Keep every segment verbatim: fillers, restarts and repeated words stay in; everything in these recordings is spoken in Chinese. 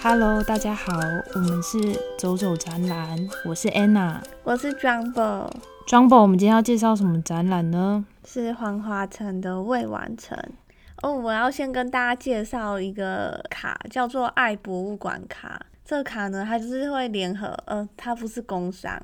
Hello， 大家好，我们是走走展览，我是 Anna， 我是 Jumbo。 Jumbo， 我们今天要介绍什么展览呢？ 是黄华城的未完成哦。我要先跟大家介绍一个卡，叫做爱博物馆卡。这个卡呢，它就是会联合，呃，它不是工商，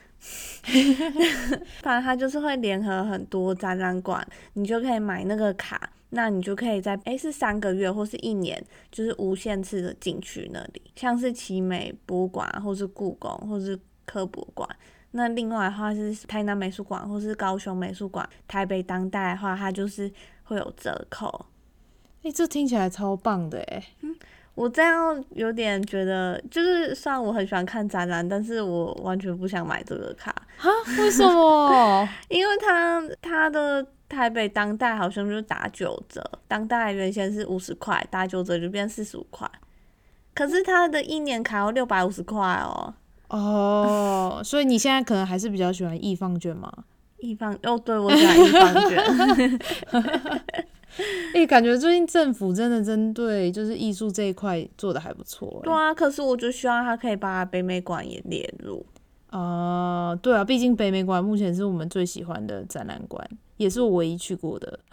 反正它就是会联合很多展览馆，你就可以买那个卡。那你就可以在诶是三个月或是一年，就是无限次的进去那里，像是奇美博物馆或是故宫或是科博馆。那另外的话是台南美术馆或是高雄美术馆，台北当代的话它就是会有折扣。 欸，这听起来超棒的耶。 嗯，我这样有点觉得，就是虽然我很喜欢看展览，但是我完全不想买这个卡。 哈？为什么？ 因为它它的台北当代好像就打九折，当代原先是五十块，打九折就变四十五块。可是它的一年卡要六百五十块哦。 哦，所以你现在可能还是比较喜欢易放券吗？ 易放哦，对，我喜欢易放券。 欸，感觉最近政府真的针对就是艺术这一块做的还不错。 对啊，可是我就希望它可以把北美馆也列入。 呃，对啊，毕竟北美馆目前是我们最喜欢的展览馆，也是我唯一去过的。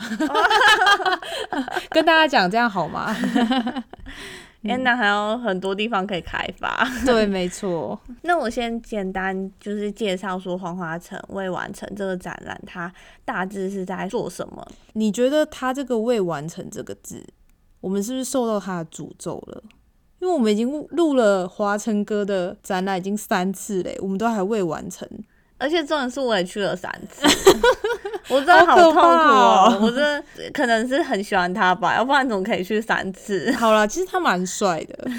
跟大家讲这样好吗？ Anna 还有很多地方可以开发。 对，没错。 那我先简单就是介绍说黄华城未完成这个展览，它大致是在做什么？ 你觉得它这个未完成这个字，我们是不是受到它的诅咒了？因为我们已经录了华城哥的展览已经三次嘞，我们都还未完成。 而且重点是我也去了三次。我真的好痛苦哦！我真的可能是很喜欢他吧，要不然怎么可以去三次？ 好啦，其实他蛮帅的。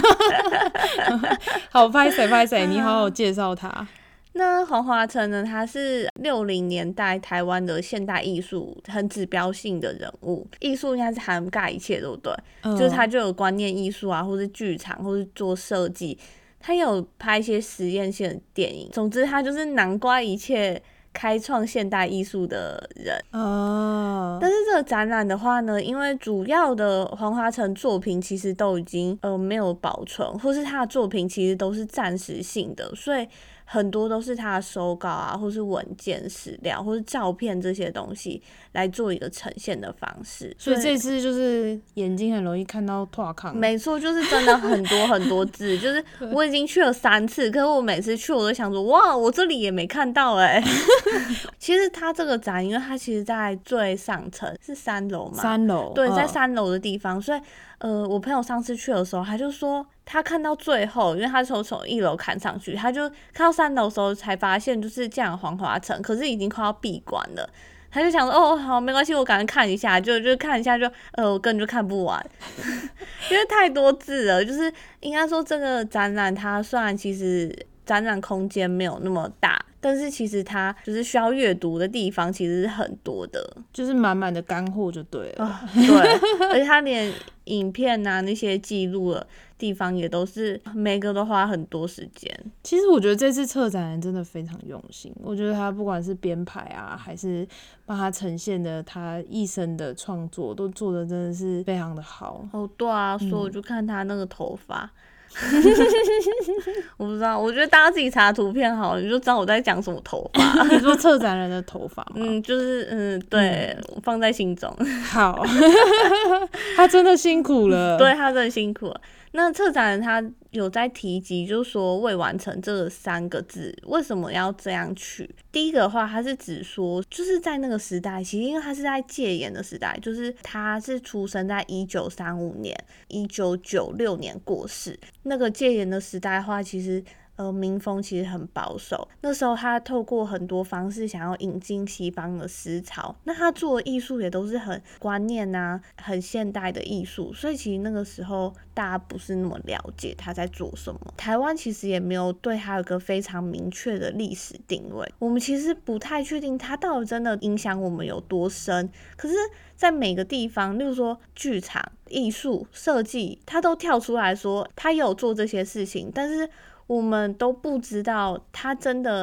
好，拍谁拍谁，你好好介绍他。 那黄华城呢？他是六零年代台湾的现代艺术很指标性的人物。艺术应该是涵盖一切，对不对？嗯、就是他就有观念艺术啊，或是剧场，或是做设计。他有拍一些实验性的电影。总之，他就是囊括一切开创现代艺术的人。 哦。 但是这个展览的话呢，因为主要的黄华城作品其实都已经呃没有保存，或是他的作品其实都是暂时性的，所以很多都是他的手稿啊，或是文件、史料，或是照片这些东西来做一个呈现的方式。 所以这次就是眼睛很容易看到拓康。 没错，就是真的很多很多字。就是我已经去了三次，可是我每次去我都想说，哇，我这里也没看到哎、欸。其实他这个展，因为他其实在最上层是三楼嘛， 三楼对，在三楼的地方，所以呃，我朋友上次去的时候，他就说他看到最后，因为他从从一楼看上去，他就看到三楼的时候才发现就是这样黄华城，可是已经快要闭馆了。他就想说，哦，好，没关系，我赶快看一下，就就看一下就，呃，我根本就看不完，因为太多字了。就是应该说，这个展览它虽然其实展览空间没有那么大，但是其实它就是需要阅读的地方其实是很多的， 就是满满的干货就对了。 啊、对，而且它连影片啊那些记录的地方也都是每个都花很多时间。 其实我觉得这次策展人真的非常用心，我觉得他不管是编排啊，还是帮他呈现的他一生的创作，都做的真的是非常的好。 哦，对啊，所以我就看他那个头发。嗯我不知道，我觉得大家自己查图片好了，你就知道我在讲什么头发。 你说策展人的头发吗？ 嗯，就是嗯，对，我、嗯、放在心中。 好，他真的辛苦了。 对，他真的辛苦了。那策展人他有在提及，就是说未完成这三个字为什么要这样取？第一个的话，他是指说，就是在那个时代，其实因为他是在戒严的时代，就是他是出生在一九三五年，一九九六年过世。那个戒严的时代的话，其实。呃，民风其实很保守，那时候他透过很多方式想要引进西方的思潮，那他做的艺术也都是很观念啊，很现代的艺术，所以其实那个时候大家不是那么了解他在做什么。台湾其实也没有对他有个非常明确的历史定位，我们其实不太确定他到底真的影响我们有多深，可是在每个地方，例如说剧场、艺术、设计，他都跳出来说他有做这些事情，但是我们都不知道他真的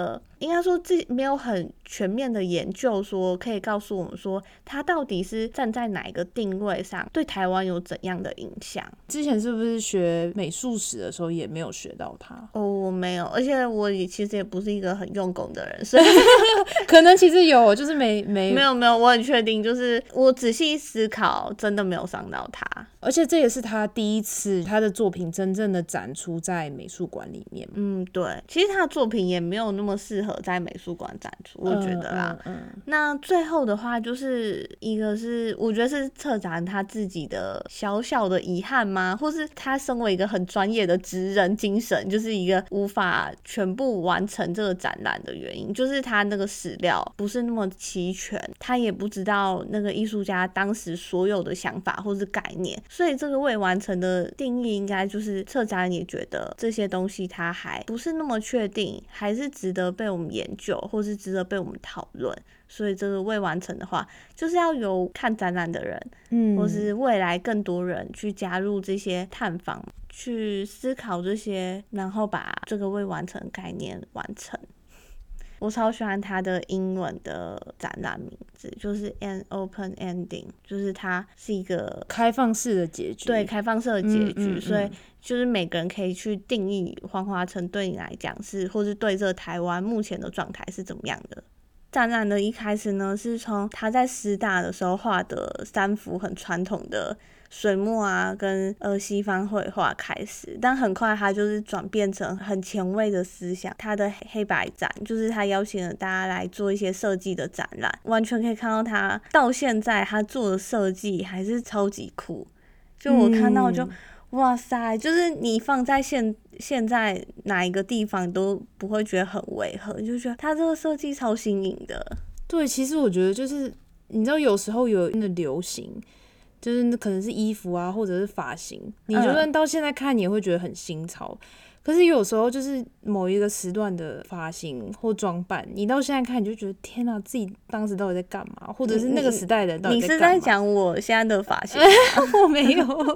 应该说这没有很全面的研究说可以告诉我们说它到底是站在哪一个定位上对台湾有怎样的影响。 之前是不是学美术史的时候也没有学到它？ 哦，我没有，而且我也其实也不是一个很用功的人，所以可能其实有，就是没没没有没有，我很确定，就是我仔细思考，真的没有伤到他。 而且这也是他第一次他的作品真正的展出在美术馆里面。 嗯，对，其实他的作品也没有那么适合在美术馆展出，我觉得啦。 嗯嗯嗯、 那最后的话，就是一个是我觉得是策展他自己的小小的遗憾吗？或是他身为一个很专业的职人精神，就是一个无法全部完成这个展览的原因，就是他那个史料不是那么齐全，他也不知道那个艺术家当时所有的想法或是概念。所以这个未完成的定义应该就是策展人也觉得这些东西他还不是那么确定，还是值得被我们研究或是值得被我们讨论。所以这个未完成的话就是要由看展览的人、嗯、或是未来更多人去加入这些探访，去思考这些，然后把这个未完成概念完成。我超喜欢他的英文的展览名字，就是 an open ending， 就是它是一个开放式的结局， 对，开放式的结局、嗯嗯嗯、所以就是每个人可以去定义黄华城对你来讲是，或是对这台湾目前的状态是怎么样的。展览的一开始呢，是从他在师大的时候画的三幅很传统的水墨啊跟呃西方绘画开始，但很快他就是转变成很前卫的思想。他的黑白展就是他邀请了大家来做一些设计的展览，完全可以看到他到现在他做的设计还是超级酷，就我看到就、嗯、哇塞，就是你放在现现在哪一个地方都不会觉得很违和，就觉得他这个设计超新颖的。 对，其实我觉得就是你知道有时候有那个流行，就是可能是衣服啊或者是发型，你就算到现在看你也会觉得很新潮、嗯、可是有时候就是某一个时段的发型或装扮，你到现在看你就觉得天啊，自己当时到底在干嘛，或者是那个时代的人到底在干嘛。 你是在讲我现在的发型我没有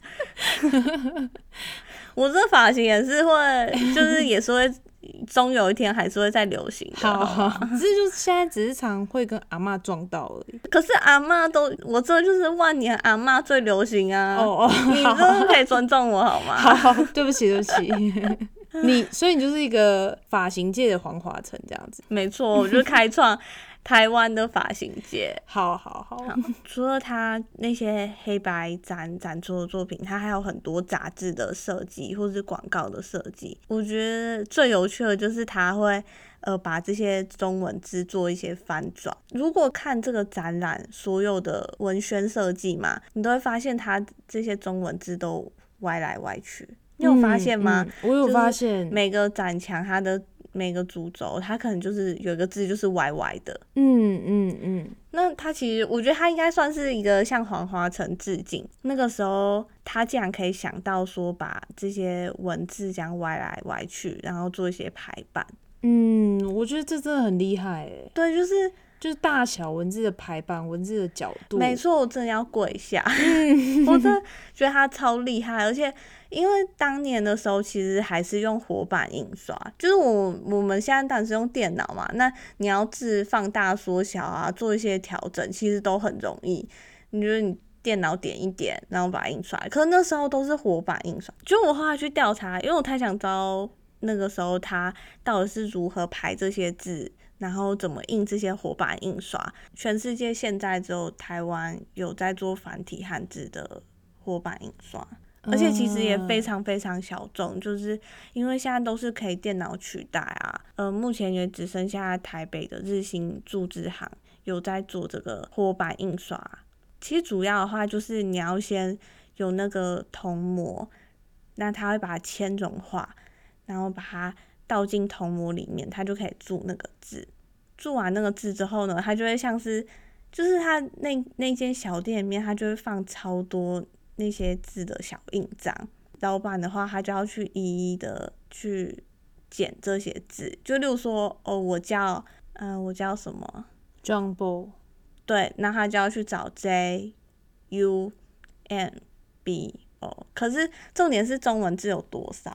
我这发型也是会，就是也是会终有一天还是会再流行的。 好好，只是就是现在只是常会跟阿嬷撞到而已。 可是阿嬷都，我这就是万年阿嬷最流行啊！ 哦哦， 你真的可以尊重我好吗？ 好好，对不起对不起。你所以你就是一个发型界的黄华城这样子。 没错，我就是开创台湾的发型界。 好好 好, 好除了他那些黑白展展出的作品，他还有很多杂志的设计或是广告的设计。我觉得最有趣的就是他会呃把这些中文字做一些翻转。如果看这个展览所有的文宣设计嘛，你都会发现他这些中文字都歪来歪去。你有发现吗？ 嗯嗯、我有发现， 就是每个展墙它的每个主轴，它可能就是有一个字就是歪歪的。 嗯嗯嗯。 那他其实，我觉得他应该算是一个向黄华城致敬。那个时候，他竟然可以想到说，把这些文字这样歪来歪去，然后做一些排版。 嗯，我觉得这真的很厉害哎。 对，就是。 就是大小文字的排版，文字的角度。 没错，我真的要跪下。我真的觉得他超厉害，而且因为当年的时候其实还是用活版印刷，就是我我们现在当然是用电脑嘛，那你要字放大缩小啊，做一些调整，其实都很容易。你觉得你电脑点一点，然后把它印出来，可是那时候都是活版印刷。就我后来去调查，因为我太想知道那个时候他到底是如何排这些字。然后怎么印这些活版印刷？全世界现在只有台湾有在做繁体汉字的活版印刷，而且其实也非常非常小众，就是因为现在都是可以电脑取代啊。呃，目前也只剩下台北的日新铸字行有在做这个活版印刷。其实主要的话就是你要先有那个铜模，那它会把它铅融化，然后把它倒进铜模里面，它就可以铸那个字。铸完那个字之后呢，它就会像是，就是它那那间小店里面，它就会放超多那些字的小印章。老板的话，他就要去一一的去剪这些字，就例如说，哦，我叫，嗯、呃，我叫什么 ？Jumbo。 对，那他就要去找 J U M B O。可是重点是中文字有多少？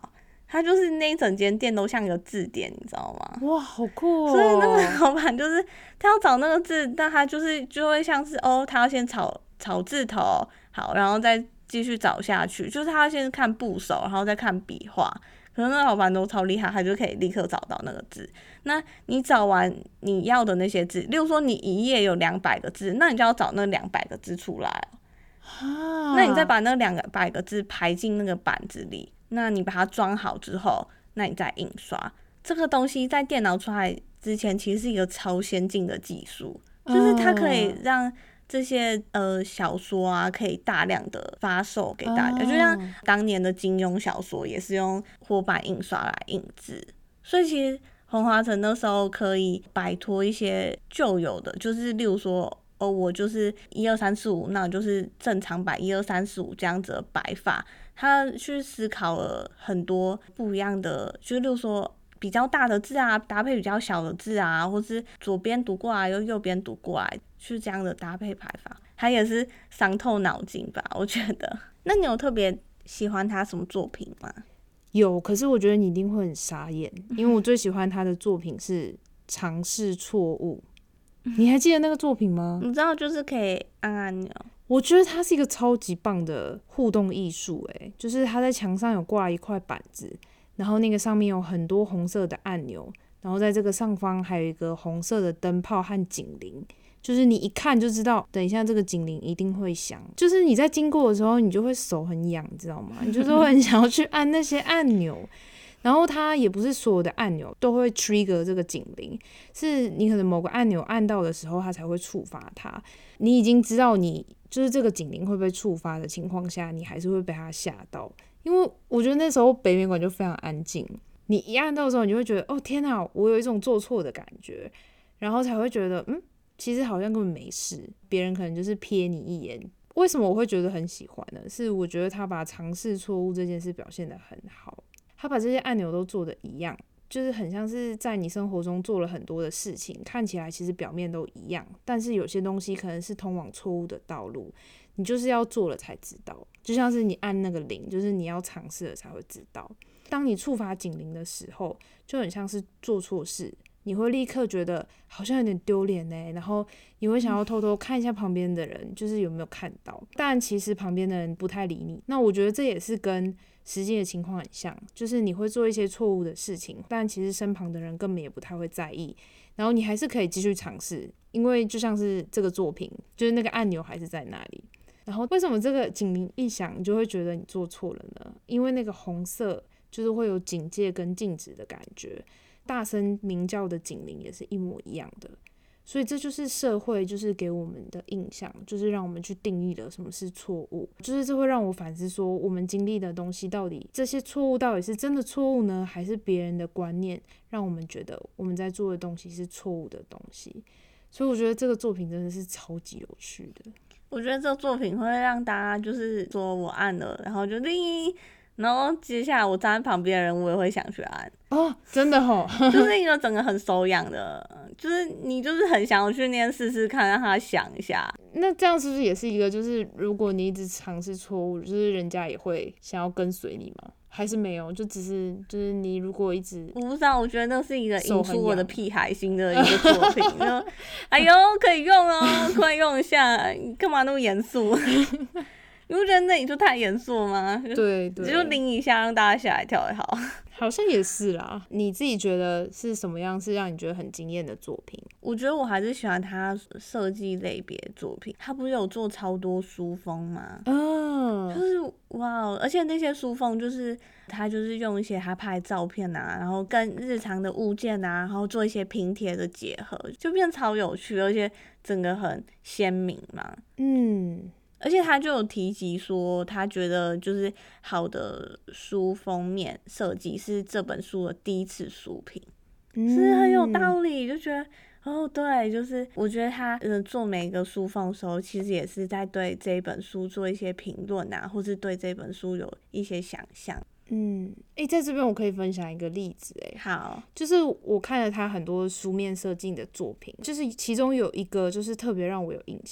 它就是那一整间店都像一个字典，你知道吗？ 哇，好酷哦！ 所以那个老板就是他要找那个字，但他就是就会像是哦，他要先草草字头，好，然后再继续找下去，就是他要先看部首，然后再看笔画。可是那老板都超厉害，他就可以立刻找到那个字。那你找完你要的那些字，例如说你一页有两百个字，那你就要找那两百个字出来哦。 啊， 那你再把那两百个字排进那个板子里，那你把它装好之后，那你再印刷。这个东西在电脑出来之前，其实是一个超先进的技术，就是它可以让这些呃小说啊，可以大量的发售给大家，就像当年的金庸小说也是用活版印刷来印字，所以其实红华城那时候可以摆脱一些旧有的，就是例如说。哦，我就是一二三四五，那我就是正常摆一二三四五这样子的摆法。他去思考了很多不一样的，就例如说比较大的字啊，搭配比较小的字啊，或是左边读过来又右边读过来，去这样的搭配排法，他也是伤透脑筋吧？我觉得。那你有特别喜欢他什么作品吗？ 有，可是我觉得你一定会很傻眼，因为我最喜欢他的作品是《尝试错误》。你还记得那个作品吗？ 你知道，就是可以按按钮。 我觉得它是一个超级棒的互动艺术，诶，就是它在墙上有挂一块板子，然后那个上面有很多红色的按钮，然后在这个上方还有一个红色的灯泡和警铃，就是你一看就知道，等一下这个警铃一定会响，就是你在经过的时候，你就会手很痒，你知道吗？你就是会很想要去按那些按钮。然后它也不是所有的按钮都会 trigger 这个警铃，是你可能某个按钮按到的时候它才会触发它。你已经知道你就是这个警铃会被触发的情况下，你还是会被它吓到。因为我觉得那时候北美馆就非常安静，你一按到的时候，你就会觉得哦天哪，我有一种做错的感觉，然后才会觉得嗯，其实好像根本没事，别人可能就是瞥你一眼。为什么我会觉得很喜欢呢？是我觉得他把尝试错误这件事表现得很好。他把这些按钮都做的一样，就是很像是在你生活中做了很多的事情，看起来其实表面都一样，但是有些东西可能是通往错误的道路，你就是要做了才知道。就像是你按那个铃，就是你要尝试了才会知道。当你触发警铃的时候，就很像是做错事，你会立刻觉得好像有点丢脸欸，然后你会想要偷偷看一下旁边的人，就是有没有看到，但其实旁边的人不太理你。那我觉得这也是跟实际的情况很像，就是你会做一些错误的事情，但其实身旁的人根本也不太会在意，然后你还是可以继续尝试，因为就像是这个作品，就是那个按钮还是在那里。然后为什么这个警铃一响，你就会觉得你做错了呢？因为那个红色就是会有警戒跟禁止的感觉，大声鸣叫的警铃也是一模一样的。所以这就是社会就是给我们的印象，就是让我们去定义了什么是错误，就是这会让我反思说，我们经历的东西到底这些错误到底是真的错误呢，还是别人的观念让我们觉得我们在做的东西是错误的东西。所以我觉得这个作品真的是超级有趣的。 我觉得这个作品会让大家就是说我按了，然后就叮，然后接下来我站在旁边的人，我也会想去按。 哦，真的哦， 就是一个整个很手痒的，就是你就是很想要去那边试试看，让他想一下。 那这样是不是也是一个，就是如果你一直尝试错误，就是人家也会想要跟随你吗？还是没有，就只是就是你如果一直， 我不知道，我觉得那是一个引出我的屁孩心的一个作品。就哎呦，可以用哦，快用一下，你干嘛那么严肃？你不觉得那里就太严肃了吗？ 对对， 就拎一下，让大家吓一跳也好。 好像也是啦。你自己觉得是什么样是让你觉得很惊艳的作品？ 我觉得我还是喜欢他设计类别的作品。他不是有做超多书封吗？ 嗯， 就是哇，而且那些书封就是他就是用一些他拍的照片啊，然后跟日常的物件啊，然后做一些拼贴的结合，就变超有趣，而且整个很鲜明嘛。嗯。而且他就有提及说，他觉得就是好的书封面设计是这本书的第一次书评，嗯、是很有道理。就觉得哦，对，就是我觉得他呃做每个书封的时候，其实也是在对这本书做一些评论啊，或是对这本书有一些想象。 嗯，诶、欸，在这边我可以分享一个例子，诶， 好， 就是我看了他很多书面设计的作品，就是其中有一个就是特别让我有印象，就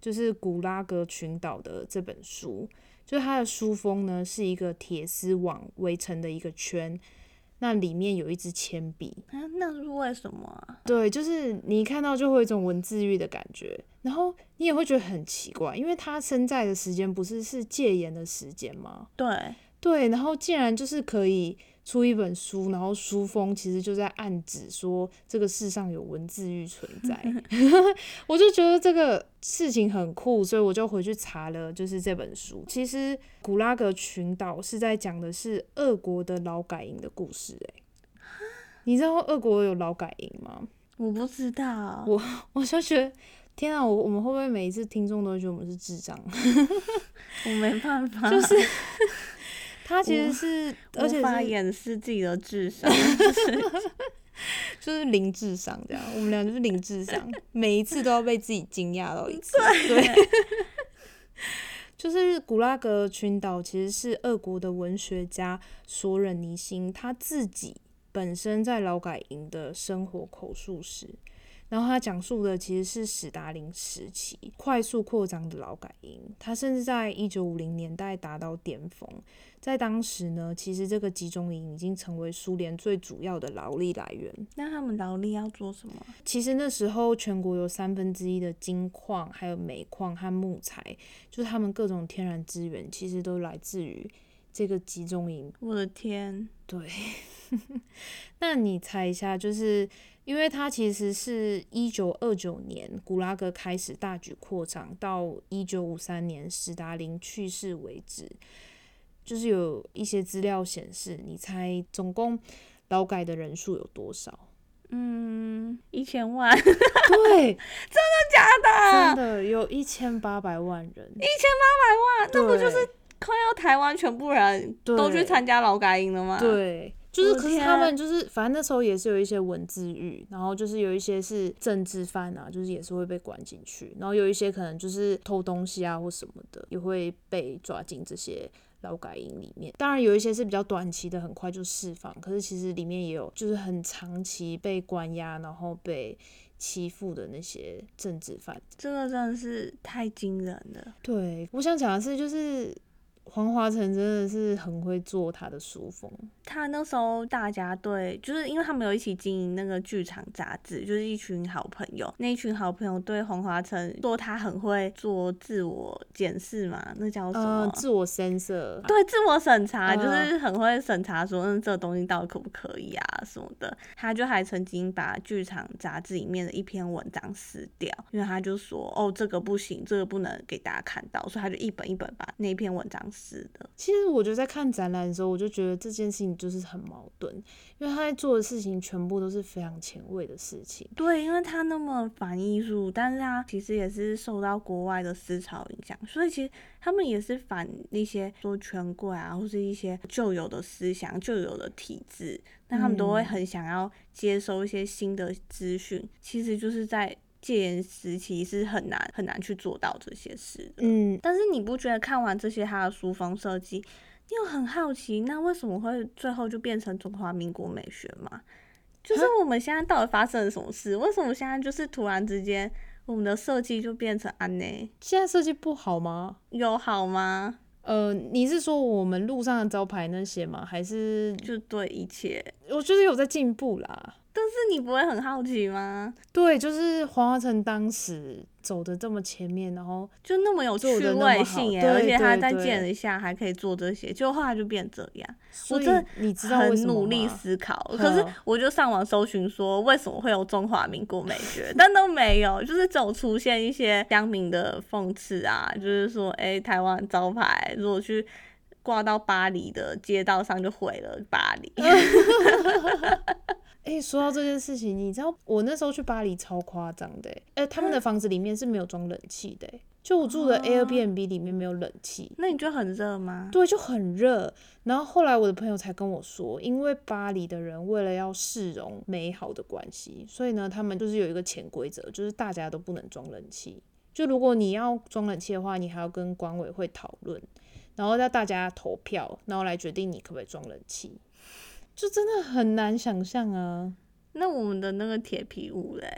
就是古拉格群岛的这本书，就是它的书封呢是一个铁丝网围成的一个圈，那里面有一支铅笔、 啊、那是为什么啊？ 对，就是你一看到就会有一种文字狱的感觉，然后你也会觉得很奇怪，因为他生在的时间不是是戒严的时间吗？ 对对，然后竟然就是可以出一本书，然后书封其实就在暗指说这个世上有文字狱存在我就觉得这个事情很酷，所以我就回去查了就是这本书。其实古拉格群岛是在讲的是俄国的劳改营的故事、欸、你知道俄国有劳改营吗？ 我不知道。 我我就觉得天啊，我我们会不会每一次听众都会觉得我们是智障我没办法， 就是他其实是而且是无法掩饰自己的智商就是零智商这样，我们俩就是零智商，每一次都要被自己惊讶到一次。对，就是古拉格群岛其实是俄国的文学家索忍尼辛他自己本身在劳改营的生活口述史。然后他讲述的其实是史达林时期快速扩张的劳改营，他甚至在一九五零年代达到巅峰。在当时呢，其实这个集中营已经成为苏联最主要的劳力来源。 那他们劳力要做什么？ 其实那时候全国有三分之一的金矿、还有煤矿和木材，就是他们各种天然资源，其实都来自于这个集中营。 我的天！ 对，那你猜一下，就是因为它其实是一九二九年古拉格开始大举扩张，到一九五三年史达林去世为止，就是有一些资料显示，你猜总共劳改的人数有多少？ 嗯，一千万。 对， 真的假的？真的有一千八百万人。 一千八百万，那不就是快要台湾全部人都去参加劳改营了吗？ 对，就是可是他们就是反正那时候也是有一些文字狱，然后就是有一些是政治犯啊，就是也是会被关进去，然后有一些可能就是偷东西啊或什么的，也会被抓进这些劳改营里面。当然有一些是比较短期的，很快就释放，可是其实里面也有就是很长期被关押然后被欺负的那些政治犯。 这个真的是太惊人了。 对，我想讲的是就是黄华成真的是很会做他的书封。 他那时候大家对，就是因为他们有一起经营那个剧场杂志，就是一群好朋友。那一群好朋友对黄华成说他很会做自我检视嘛，那叫什么？ 呃、自我审测。 对，自我审查， 呃、 就是很会审查说，嗯，这个东西到底可不可以啊什么的。他就还曾经把剧场杂志里面的一篇文章撕掉，因为他就说，哦，这个不行，这个不能给大家看到，所以他就一本一本把那篇文章撕的。 其实我觉得在看展览的时候，我就觉得这件事情就是很矛盾，因为他在做的事情全部都是非常前卫的事情。 对，因为他那么反艺术，但是他其实也是受到国外的思潮影响，所以其实他们也是反一些说权贵啊，或是一些旧有的思想、旧有的体制，那他们都会很想要接收一些新的资讯、嗯。其实就是在戒严时期是很难很难去做到这些事的。 嗯， 但是你不觉得看完这些他的书封设计，你有很好奇，那为什么会最后就变成中华民国美学吗？就是我们现在到底发生了什么事？为什么现在就是突然之间我们的设计就变成安呢？ 现在设计不好吗？ 有好吗？ 呃，你是说我们路上的招牌那些吗？还是就对一切？ 我觉得有在进步啦。 但是你不会很好奇吗？ 对，就是黄华成当时走的这么前面，然后就那么有趣味性耶，而且他在建了一下还可以做这些，就后来就变这样。我真的很努力思考，可是我就上网搜寻说为什么会有中华民国美学，但都没有，就是只有出现一些乡民的讽刺啊，就是说，哎、欸，台湾招牌如果去挂到巴黎的街道上就毁了巴黎。 哎、欸，说到这件事情，你知道我那时候去巴黎超夸张的、欸，哎、欸，他们的房子里面是没有装冷气的、欸，就我住的 Airbnb 里面没有冷气、 哦。那你就很热吗？ 对，就很热。然后后来我的朋友才跟我说，因为巴黎的人为了要市容美好的关系，所以呢，他们就是有一个潜规则，就是大家都不能装冷气。就如果你要装冷气的话，你还要跟管委会讨论，然后让大家投票，然后来决定你可不可以装冷气。就真的很难想象啊。 那我们的那个铁皮屋嘞？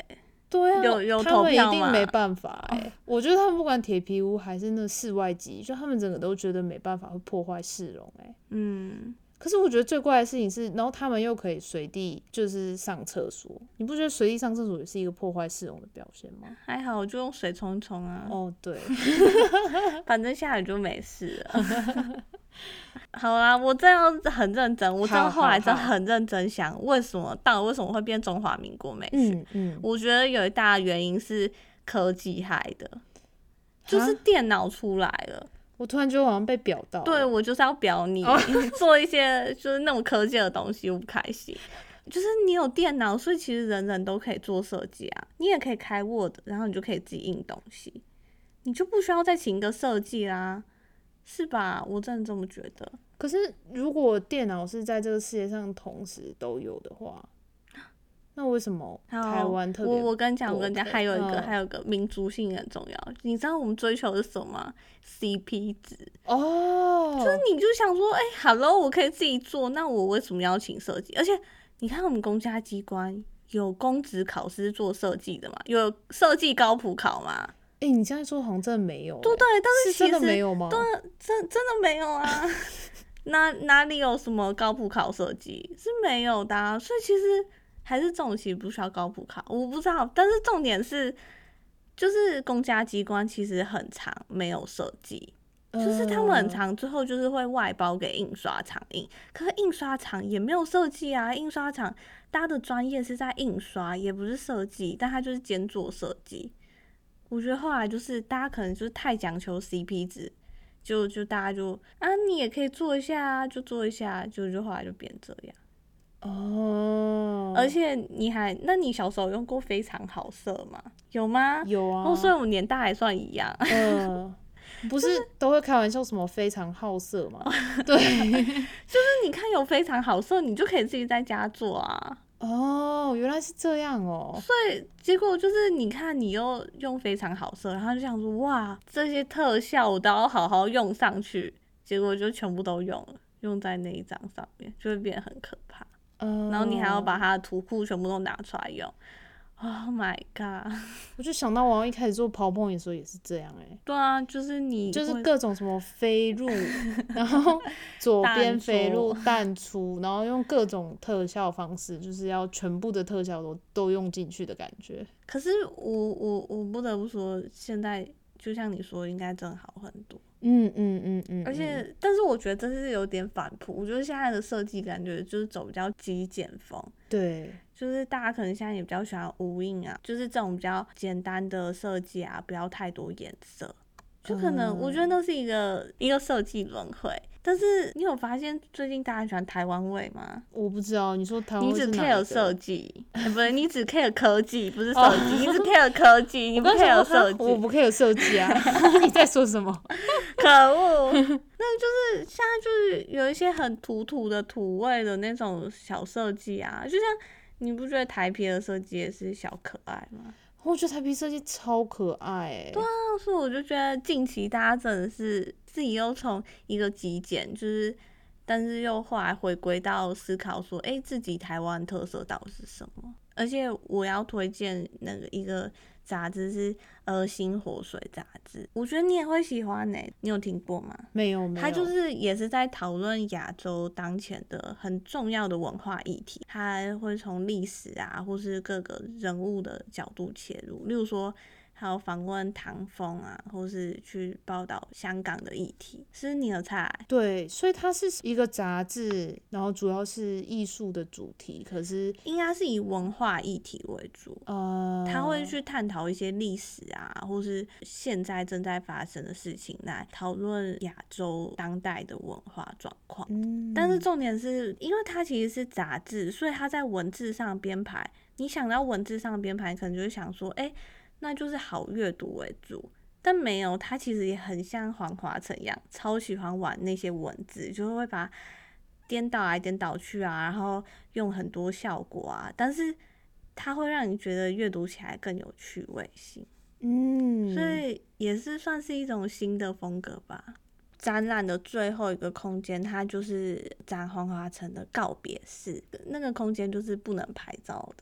对啊， 有有他们一投票吗？ 定没办法哎、欸。我觉得他们不管铁皮屋还是那室外机，就他们整个都觉得没办法会破坏市容哎、欸。 嗯。 可是我觉得最怪的事情是，然后他们又可以随地就是上厕所，你不觉得随地上厕所也是一个破坏市容的表现吗？ 还好，我就用水冲冲啊。 哦，对， 反正下雨就没事了。好啦，我这样很认真，我真的后来真的很认真想，为什么到底为什么会变中华民国美学？ 嗯嗯， 我觉得有一大原因是科技害的，就是电脑出来了。 我突然觉得好像被表到， 对，我就是要表你， 哦、 做一些就是那种科技的东西，我不开心。就是你有电脑，所以其实人人都可以做设计啊，你也可以开 Word， 然后你就可以自己印东西，你就不需要再请一个设计啦，是吧？我真的这么觉得。 可是如果电脑是在这个世界上同时都有的话，那为什么台湾特别？ 我我跟你讲，我跟你讲，还有一个、 嗯、 还有一个民族性很重要。你知道我们追求的是什么吗 ？C P 值哦， 就是你就想说，哎、欸、，Hello， 我可以自己做，那我为什么要请设计？而且你看我们公家机关有公职考试做设计的嘛，有设计高普考嘛？ 哎、欸，你现在说好像真的没有、欸， 对对，但是其实是真的没有吗？ 对，真真的没有啊。哪哪里有什么高普考设计是没有的、啊，所以其实还是这种其实不需要高普考，我不知道。但是重点是，就是公家机关其实很常没有设计，就是他们很常最后就是会外包给印刷厂印，可是印刷厂也没有设计啊。印刷厂大家的专业是在印刷，也不是设计，但他就是兼做设计。我觉得后来就是大家可能就是太讲求 C P 值。就就大家就啊，你也可以做一下啊，就做一下，就就后来就变这样。 哦， 而且你还，那你小时候用过非常好色吗？有吗？ 有啊。 哦，所以我们年代还算一样。 嗯，不是都会开玩笑什么非常好色吗？对， 就是你看有非常好色，你就可以自己在家做啊。 哦，原来是这样哦。 所以结果就是你看你又用非常好色，然后就想说哇，这些特效我都要好好用上去，结果就全部都用了，用在那一张上面，就会变得很可怕。 嗯， 然后你还要把它的图库全部都拿出来用。Oh my god！ 我就想到我一开始做 PowerPoint 的时候也是这样哎、欸。 对啊，就是你就是各种什么飞入，然后左边飞入淡出，然后用各种特效方式，就是要全部的特效都都用进去的感觉。 可是我我我不得不说，现在就像你说，应该真的好很多。 嗯嗯嗯嗯。 而且，嗯、但是我觉得这是有点反扑。我觉得现在的设计感觉就是走比较极简风。 对。 就是大家可能现在也比较喜欢无印啊，就是这种比较简单的设计啊，不要太多颜色，就可能我觉得那是一个、嗯、一个设计轮回。但是你有发现最近大家喜欢台湾味吗？ 我不知道，你说台湾味是哪一个？ 你只 care 设计，欸、不是你只 care 科技，不是设计，你只 care 科技，你不 care 设计。 我不 care 设计啊！你在说什么？ 可恶！那就是现在就是有一些很土土的土味的那种小设计啊，就像。你不觉得台皮的设计也是小可爱吗？ 我觉得台皮设计超可爱欸。 对啊，所以我就觉得近期大家真的是自己又从一个极简，就是但是又后来回归到思考说，哎、欸，自己台湾特色到底是什么？而且我要推荐那个一个杂志是呃新活水杂志，我觉得你也会喜欢呢、欸。你有听过吗？ 没有，没有。 它就是也是在讨论亚洲当前的很重要的文化议题，它会从历史啊，或是各个人物的角度切入，例如说。还有访问唐凤啊，或是去报道香港的议题，是你的菜。 对，所以它是一个杂志，然后主要是艺术的主题，可是应该是以文化议题为主。呃，他会去探讨一些历史啊，或是现在正在发生的事情，来讨论亚洲当代的文化状况。嗯，但是重点是，因为它其实是杂志，所以它在文字上编排。你想到文字上编排，可能就会想说，哎、欸。那就是好阅读为主，但没有，他其实也很像黄华成一样，超喜欢玩那些文字，就是会把颠倒来颠倒去啊，然后用很多效果啊，但是它会让你觉得阅读起来更有趣味性，嗯，所以也是算是一种新的风格吧。展览的最后一个空间，它就是展黄华成的告别式，那个空间就是不能拍照的。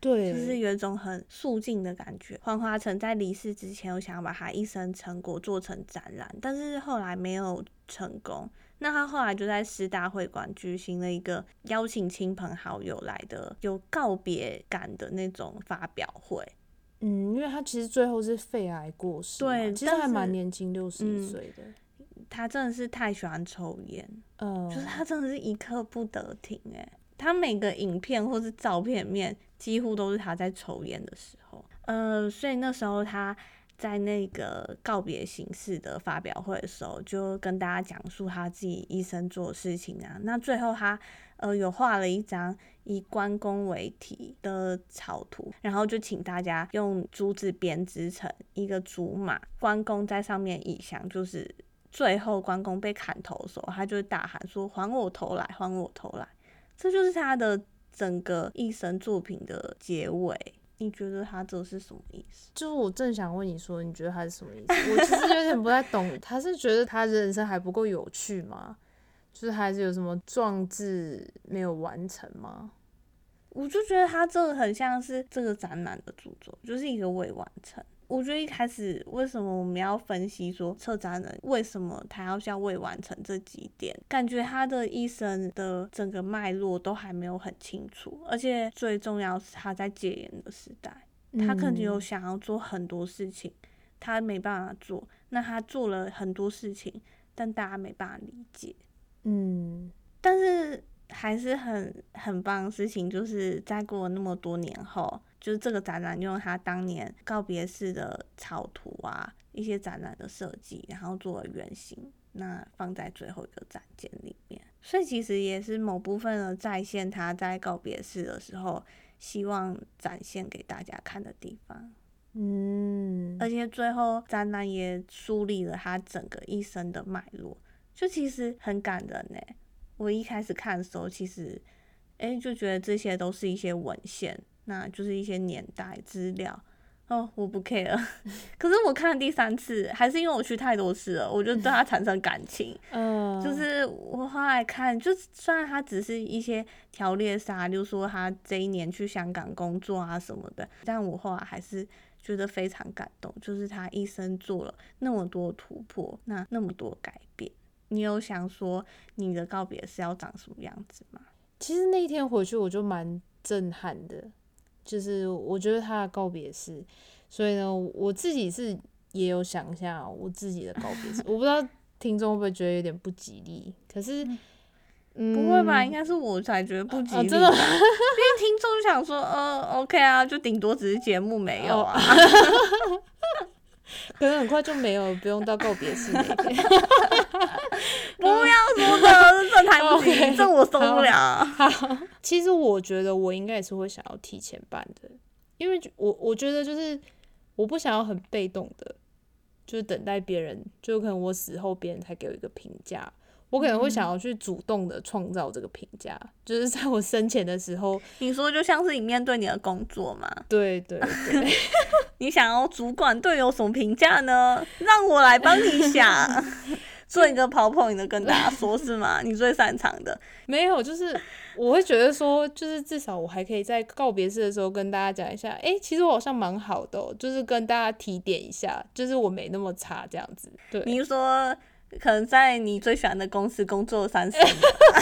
对， 就是有一种很肃静的感觉。黄华成在离世之前，有想要把他一生成果做成展览，但是后来没有成功。那他后来就在师大会馆举行了一个邀请亲朋好友来的有告别感的那种发表会。 嗯，因为他其实最后是肺癌过世， 对， 其实还蛮年轻，六十一岁的。 他真的是太喜欢抽烟， 嗯， 就是他真的是一刻不得停哎。他每个影片或是照片面几乎都是他在抽烟的时候，呃，所以那时候他在那个告别形式的发表会的时候，就跟大家讲述他自己一生做的事情啊。那最后他呃有画了一张以关公为题的草图，然后就请大家用竹子编织成一个竹马，关公在上面倚降，就是最后关公被砍头的时候，他就会大喊说：“还我头来，还我头来。”这就是他的整个一生作品的结尾。你觉得他这是什么意思？ 就是我正想问你说，你觉得他是什么意思？我其实有点不太懂，他是觉得他人生还不够有趣吗？就是还是有什么壮志没有完成吗？ 我就觉得他这个很像是这个展览的著作，就是一个未完成。我觉得一开始为什么我们要分析说策展人为什么他要叫未完成这几点，感觉他的一生的整个脉络都还没有很清楚，而且最重要是他在戒烟的时代，他可能有想要做很多事情，他没办法做，那他做了很多事情，但大家没办法理解。 嗯， 但是还是很很棒的事情，就是在过了那么多年后，就是这个展览用他当年告别式的草图啊，一些展览的设计，然后做了原型，那放在最后一个展件里面。所以其实也是某部分的再现他在告别式的时候希望展现给大家看的地方。 嗯， 而且最后展览也梳理了他整个一生的脉络，就其实很感人耶。我一开始看的时候，其实，哎，就觉得这些都是一些文献，那就是一些年代资料。哦，我不 care。可是我看了第三次，还是因为我去太多次了，我就对他产生感情。 嗯， 就是我后来看，就虽然他只是一些条列杀，就说他这一年去香港工作啊什么的，但我后来还是觉得非常感动，就是他一生做了那么多突破，那那么多改变。你有想说你的告别是要长什么样子吗？ 其实那一天回去我就蛮震撼的，就是我觉得他的告别式，所以呢，我自己是也有想一下我自己的告别式，我不知道听众会不会觉得有点不吉利，可是。嗯， 不会吧？应该是我才觉得不吉利吧、 啊、真的，因为听众就想说，呃 ，OK 啊，就顶多只是节目没有啊， 哦、可能很快就没有，不用到告别式那一天。 不要说的，这太不吉利， okay, 这我受不了。 好，好，其实我觉得我应该也是会想要提前办的，因为我我觉得就是我不想要很被动的，就是等待别人，就可能我死后别人才给我一个评价。我可能会想要去主动的创造这个评价、嗯，就是在我生前的时候。 你说就像是你面对你的工作嘛？ 对对对。 你想要主管对有什么评价呢？让我来帮你想，做一个 PowerPoint 的跟大家说，是吗？你最擅长的。 没有，就是我会觉得说，就是至少我还可以在告别式的时候跟大家讲一下，哎、欸，其实我好像蛮好的、喔，就是跟大家提点一下，就是我没那么差这样子。对， 你说。可能在你最喜欢的公司工作三十年，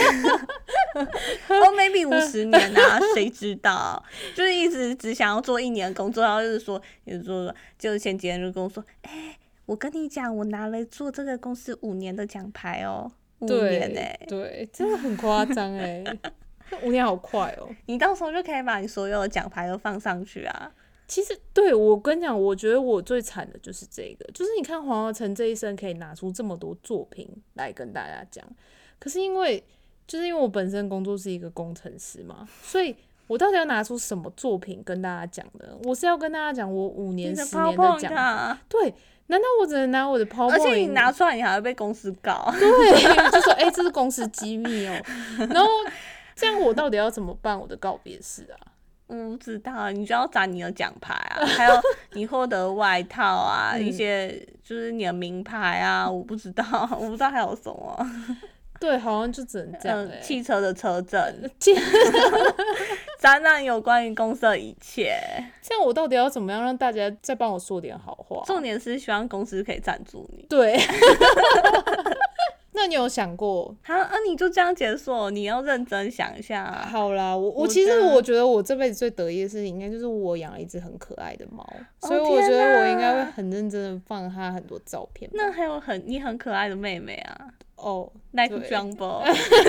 或 maybe 五十年啊，谁知道？就是一直只想要做一年的工作，然后就是说，就是说，就前几天就跟我说，哎、欸，我跟你讲，我拿了做这个公司五年的奖牌哦，五年哎、欸， 对，真的很夸张哎，五年好快哦。 你到时候就可以把你所有的奖牌都放上去啊。 其实对我跟你讲，我觉得我最惨的就是这个，就是你看黄豪成这一生可以拿出这么多作品来跟大家讲，可是因为就是因为我本身工作是一个工程师嘛，所以我到底要拿出什么作品跟大家讲呢？我是要跟大家讲我五年十年的讲、啊，对，难道我只能拿我的 PowerPoint？ 而且你拿出来，你还会被公司告。 对，就说哎、欸，这是公司机密哦。然后这样我到底要怎么办我的告别式啊？ 不知道，你就要展你的奖牌啊，还有你获得外套啊，嗯、一些就是你的名牌啊，我不知道，我不知道还有什么。 对，好像就只能这样、欸。 嗯，汽车的车证， 展览有关于公司的一切。 这样我到底要怎么样让大家再帮我说点好话？ 重点是希望公司可以赞助你。 对。那你有想过？ 好，啊，你就这样结束，你要认真想一下。 好啦，我我其实我觉得我这辈子最得意的事情，应该就是我养了一只很可爱的猫， 哦、 所以我觉得我应该会很认真的放它很多照片。 那还有很你很可爱的妹妹啊， 哦 ，like Jumbo。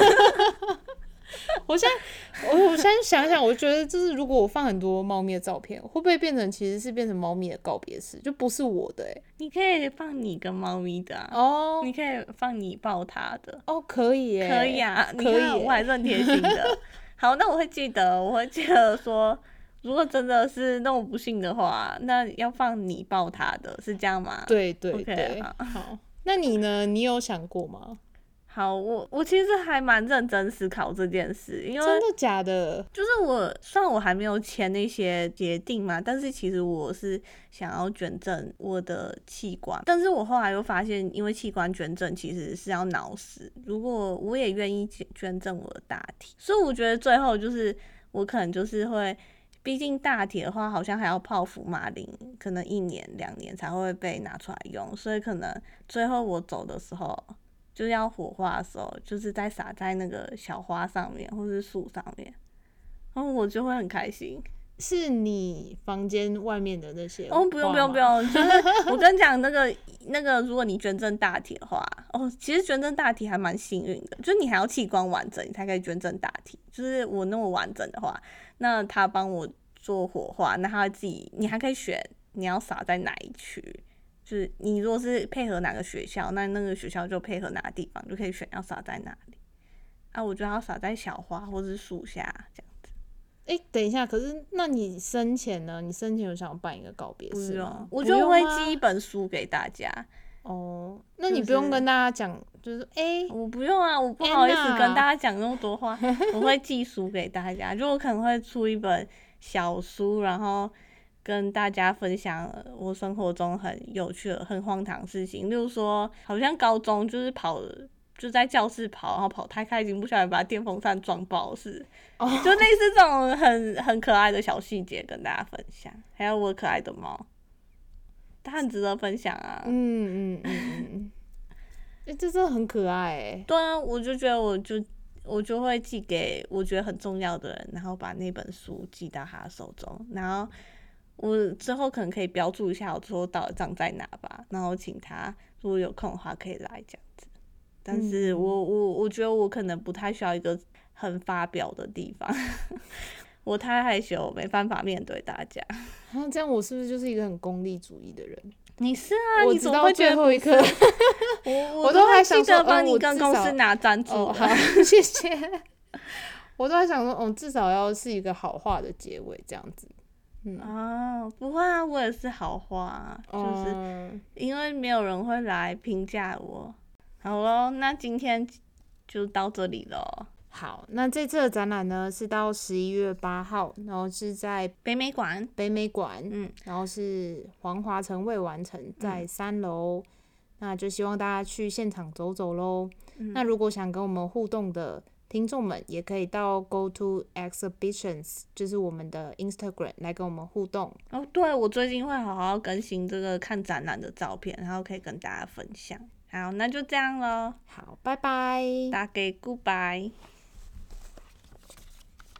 我现在我我现在想想，我觉得就是如果我放很多猫咪的照片，会不会变成其实是变成猫咪的告别式，就不是我的哎、欸？ 你可以放你跟猫咪的啊， 哦， 你可以放你抱它的哦，可以耶、 欸，可以啊， 可以、 欸，我还是很贴心的。好，那我会记得，我会记得说，如果真的是那么不幸的话，那要放你抱它的，是这样吗？ 对对对， okay, 好, 好，那你呢？你有想过吗？ 好，我我其实还蛮认真思考这件事，因为真的假的？ 就是我虽然我还没有签那些协定嘛，但是其实我是想要捐赠我的器官，但是我后来又发现，因为器官捐赠其实是要脑死，如果我也愿意捐赠我的大体，所以我觉得最后就是我可能就是会，毕竟大体的话好像还要泡福马林，可能一年两年才会被拿出来用，所以可能最后我走的时候。就是要火化的时候，就是在撒在那个小花上面，或是树上面，然后我就会很开心。 是你房间外面的那些？ 哦，不用不用不用，就是我跟你讲那个那个，如果你捐赠大体的话，哦，其实捐赠大体还蛮幸运的，就是你还要器官完整，你才可以捐赠大体。就是我那么完整的话，那他帮我做火化，那他自己，你还可以选你要撒在哪一区。就是你如果是配合哪个学校，那那个学校就配合哪个地方，就可以选要撒在哪里。啊，我觉得要撒在小花或是树下这样子。 哎、欸，等一下，可是那你生前呢？你生前有想办一个告别式吗？ 我觉得我会寄一本书给大家。 哦，那你不用跟大家讲，就是哎、 欸，我不用啊，我不好意思跟大家讲那么多话。我会寄书给大家，就我可能会出一本小书，然后。跟大家分享我生活中很有趣的、很荒唐的事情，例如说，好像高中就是跑，就在教室跑，然后跑太开心，不小心把电风扇撞爆是，哦、就类似这种很很可爱的小细节跟大家分享。还有我可爱的猫，它很值得分享啊。 嗯嗯嗯嗯，哎、欸，这真的很可爱哎。 对啊，我就觉得我就我就会寄给我觉得很重要的人，然后把那本书寄到他手中，然后。我之后可能可以标注一下我之后到底长在哪吧，然后请他如果有空的话可以来这样子。但是我、嗯、我我觉得我可能不太需要一个很发表的地方，我太害羞，没办法面对大家。 啊，这样我是不是就是一个很功利主义的人？ 你是啊， 我直到最后一刻， 我我都还想说， 帮你跟公司拿赞助、 哦。好，谢谢。我都还想说，哦，至少要是一个好话的结尾这样子。嗯哦，不会啊，我也是好话、啊，就是因为没有人会来评价我。好咯，那今天就到这里咯。 好，那这次的展览呢是到十一月八号，然后是在北美馆， 北美馆， 嗯， 然后是黄华城未完成，在三楼、嗯，那就希望大家去现场走走咯、嗯。那如果想跟我们互动的听众们也可以到 Go to Exhibitions， 就是我们的 Instagram 来跟我们互动。 哦，对，我最近会好好更新这个看展览的照片，然后可以跟大家分享。好，那就这样咯。 好，拜拜。 大家 goodbye。